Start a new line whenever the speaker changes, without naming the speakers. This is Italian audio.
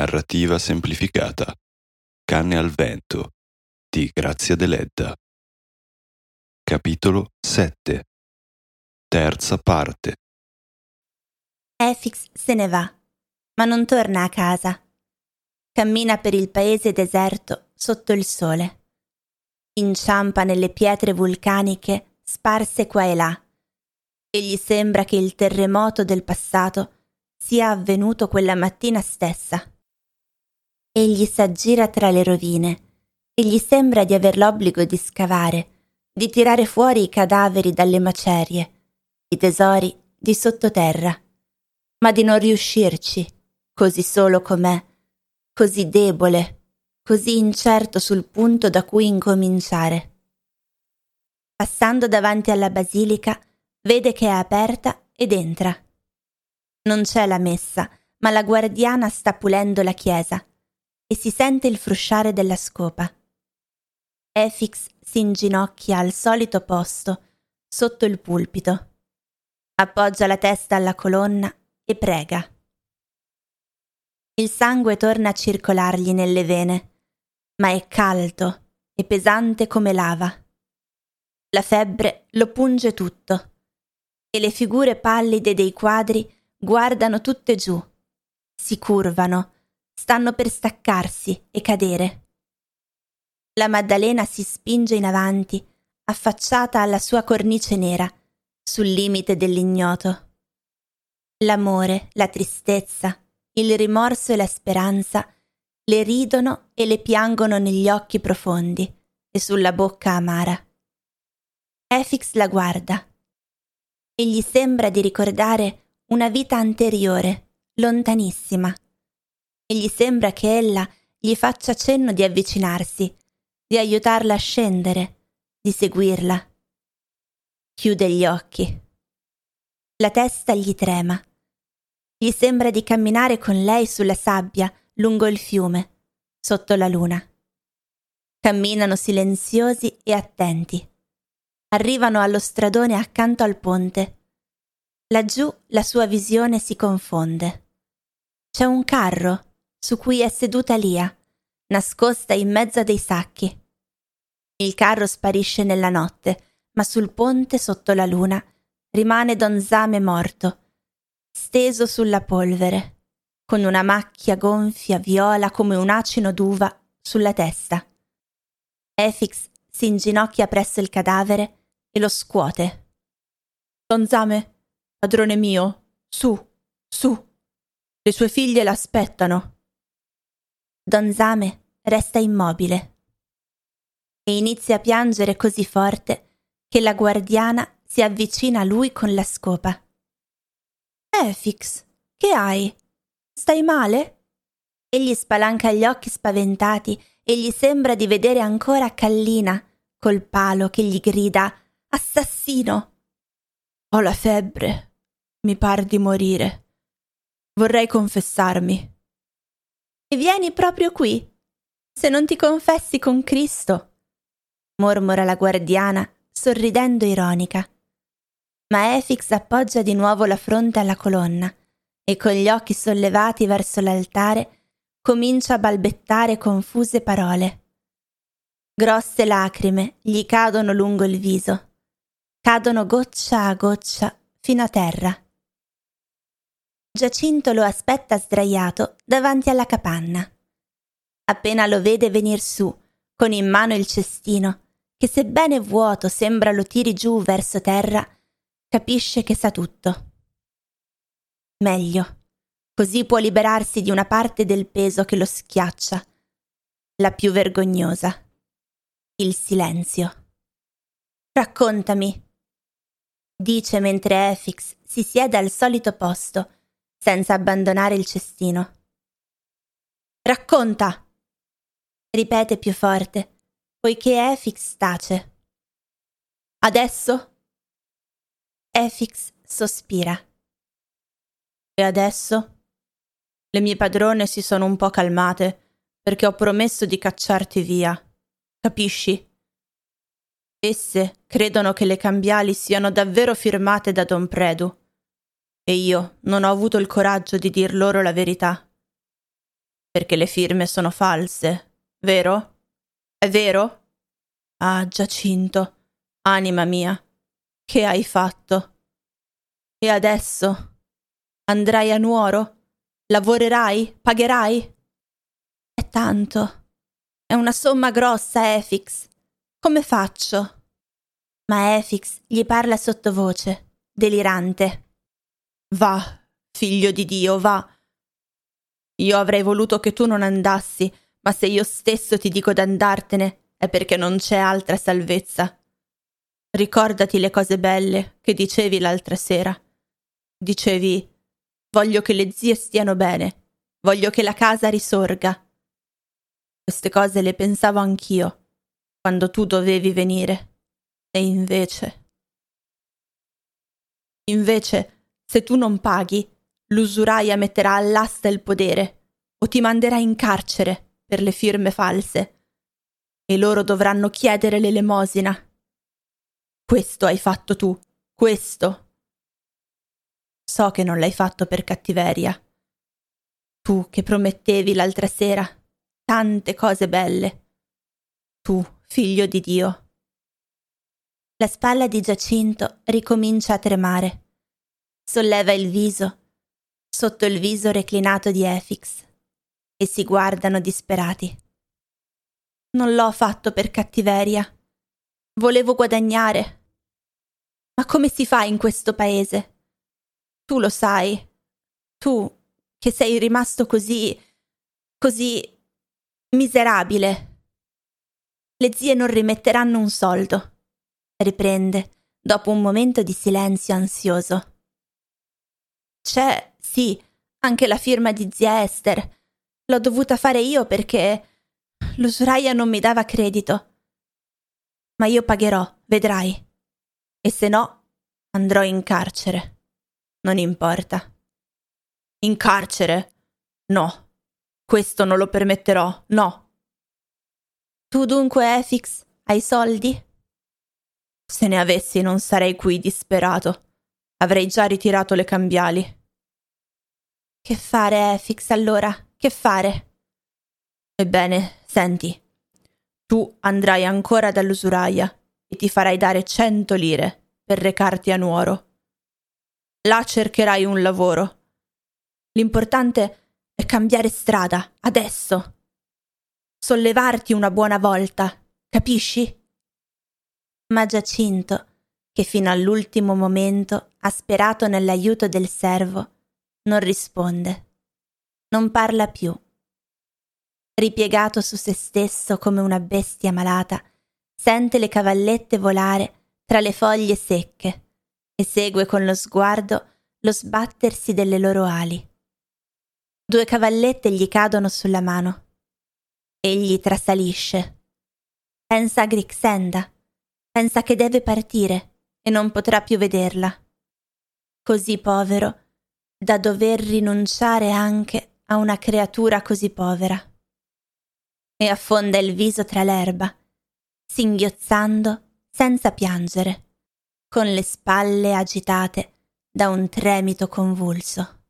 Narrativa semplificata. Canne al vento di Grazia Deledda. Capitolo 7. Terza parte.
Efix se ne va, ma non torna a casa. Cammina per il paese deserto sotto il sole. Inciampa nelle pietre vulcaniche sparse qua e là, e gli sembra che il terremoto del passato sia avvenuto quella mattina stessa. Egli s'aggira tra le rovine e gli sembra di aver l'obbligo di scavare, di tirare fuori i cadaveri dalle macerie, i tesori di sottoterra, ma di non riuscirci, così solo com'è, così debole, così incerto sul punto da cui incominciare. Passando davanti alla basilica, vede che è aperta ed entra. Non c'è la messa, ma la guardiana sta pulendo la chiesa e si sente il frusciare della scopa. Efix si inginocchia al solito posto, sotto il pulpito. Appoggia la testa alla colonna e prega. Il sangue torna a circolargli nelle vene, ma è caldo e pesante come lava. La febbre lo punge tutto e le figure pallide dei quadri guardano tutte giù, si curvano, stanno per staccarsi e cadere. La Maddalena si spinge in avanti, affacciata alla sua cornice nera, sul limite dell'ignoto. L'amore, la tristezza, il rimorso e la speranza le ridono e le piangono negli occhi profondi e sulla bocca amara. Efix la guarda e gli sembra di ricordare una vita anteriore, lontanissima, e gli sembra che ella gli faccia cenno di avvicinarsi, di aiutarla a scendere, di seguirla. Chiude gli occhi. La testa gli trema. Gli sembra di camminare con lei sulla sabbia lungo il fiume, sotto la luna. Camminano silenziosi e attenti. Arrivano allo stradone accanto al ponte. Laggiù la sua visione si confonde. C'è un carro su cui è seduta Lia, nascosta in mezzo a dei sacchi. Il carro sparisce nella notte, ma sul ponte sotto la luna rimane Don Zame morto, steso sulla polvere, con una macchia gonfia viola come un acino d'uva sulla testa. Efix si inginocchia presso il cadavere e lo scuote. Don Zame, padrone mio, su, su, le sue figlie l'aspettano. Don Zame resta immobile e inizia a piangere così forte che la guardiana si avvicina a lui con la scopa. Efix, che hai? Stai male? Egli spalanca gli occhi spaventati e gli sembra di vedere ancora Kallina col palo che gli grida «Assassino!» Ho la febbre, mi par di morire. Vorrei confessarmi. E vieni proprio qui? Se non ti confessi con Cristo, mormora la guardiana, sorridendo ironica. Ma Efix appoggia di nuovo la fronte alla colonna e con gli occhi sollevati verso l'altare comincia a balbettare confuse parole. Grosse lacrime gli cadono lungo il viso, cadono goccia a goccia fino a terra. Giacinto lo aspetta sdraiato davanti alla capanna. Appena lo vede venir su, con in mano il cestino, che sebbene vuoto sembra lo tiri giù verso terra, capisce che sa tutto. Meglio, così può liberarsi di una parte del peso che lo schiaccia, la più vergognosa, il silenzio. Raccontami, dice mentre Efix si siede al solito posto, senza abbandonare il cestino. Racconta, ripete più forte, poiché Efix tace. Adesso? Efix sospira. E adesso? Le mie padrone si sono un po' calmate perché ho promesso di cacciarti via. Capisci? Esse credono che le cambiali siano davvero firmate da Don Predu e io non ho avuto il coraggio di dir loro la verità. perché le firme sono false, vero? È vero? Ah, Giacinto, anima mia, che hai fatto? E adesso? Andrai a Nuoro? Lavorerai? Pagherai? È tanto. È una somma grossa, Efix. Come faccio? Ma Efix gli parla sottovoce, delirante. Va, figlio di Dio, va. Io avrei voluto che tu non andassi, ma se io stesso ti dico d'andartene è perché non c'è altra salvezza. Ricordati le cose belle che dicevi l'altra sera. Dicevi: voglio che le zie stiano bene, voglio che la casa risorga. Queste cose le pensavo anch'io, quando tu dovevi venire. E invece, se tu non paghi, l'usuraia metterà all'asta il podere o ti manderà in carcere per le firme false e loro dovranno chiedere l'elemosina. Questo hai fatto tu, questo. So che non l'hai fatto per cattiveria. Tu che promettevi l'altra sera tante cose belle. Tu, figlio di Dio. La spalla di Giacinto ricomincia a tremare. Solleva il viso, sotto il viso reclinato di Efix, e si guardano disperati. Non l'ho fatto per cattiveria. Volevo guadagnare. Ma come si fa in questo paese? Tu lo sai. Tu, che sei rimasto così miserabile. Le zie non rimetteranno un soldo, riprende, dopo un momento di silenzio ansioso. C'è, sì, anche la firma di zia Ester. L'ho dovuta fare io perché l'usuraia non mi dava credito. Ma io pagherò, vedrai. E se no, andrò in carcere. Non importa. In carcere? No. Questo non lo permetterò, no. Tu dunque, Efix, hai soldi? Se ne avessi non sarei qui disperato. Avrei già ritirato le cambiali. Che fare, Efix, allora? Che fare? Ebbene, senti. Tu andrai ancora dall'usuraia e ti farai dare 100 lire per recarti a Nuoro. Là cercherai un lavoro. L'importante è cambiare strada, adesso. Sollevarti una buona volta, capisci? Ma Giacinto, che fino all'ultimo momento ha sperato nell'aiuto del servo, non risponde. Non parla più. Ripiegato su se stesso come una bestia malata, sente le cavallette volare tra le foglie secche e segue con lo sguardo lo sbattersi delle loro ali. 2 cavallette gli cadono sulla mano. Egli trasalisce. Pensa a Grixenda. Pensa che deve partire e non potrà più vederla. Così povero da dover rinunciare anche a una creatura così povera. E affonda il viso tra l'erba, singhiozzando senza piangere, con le spalle agitate da un tremito convulso.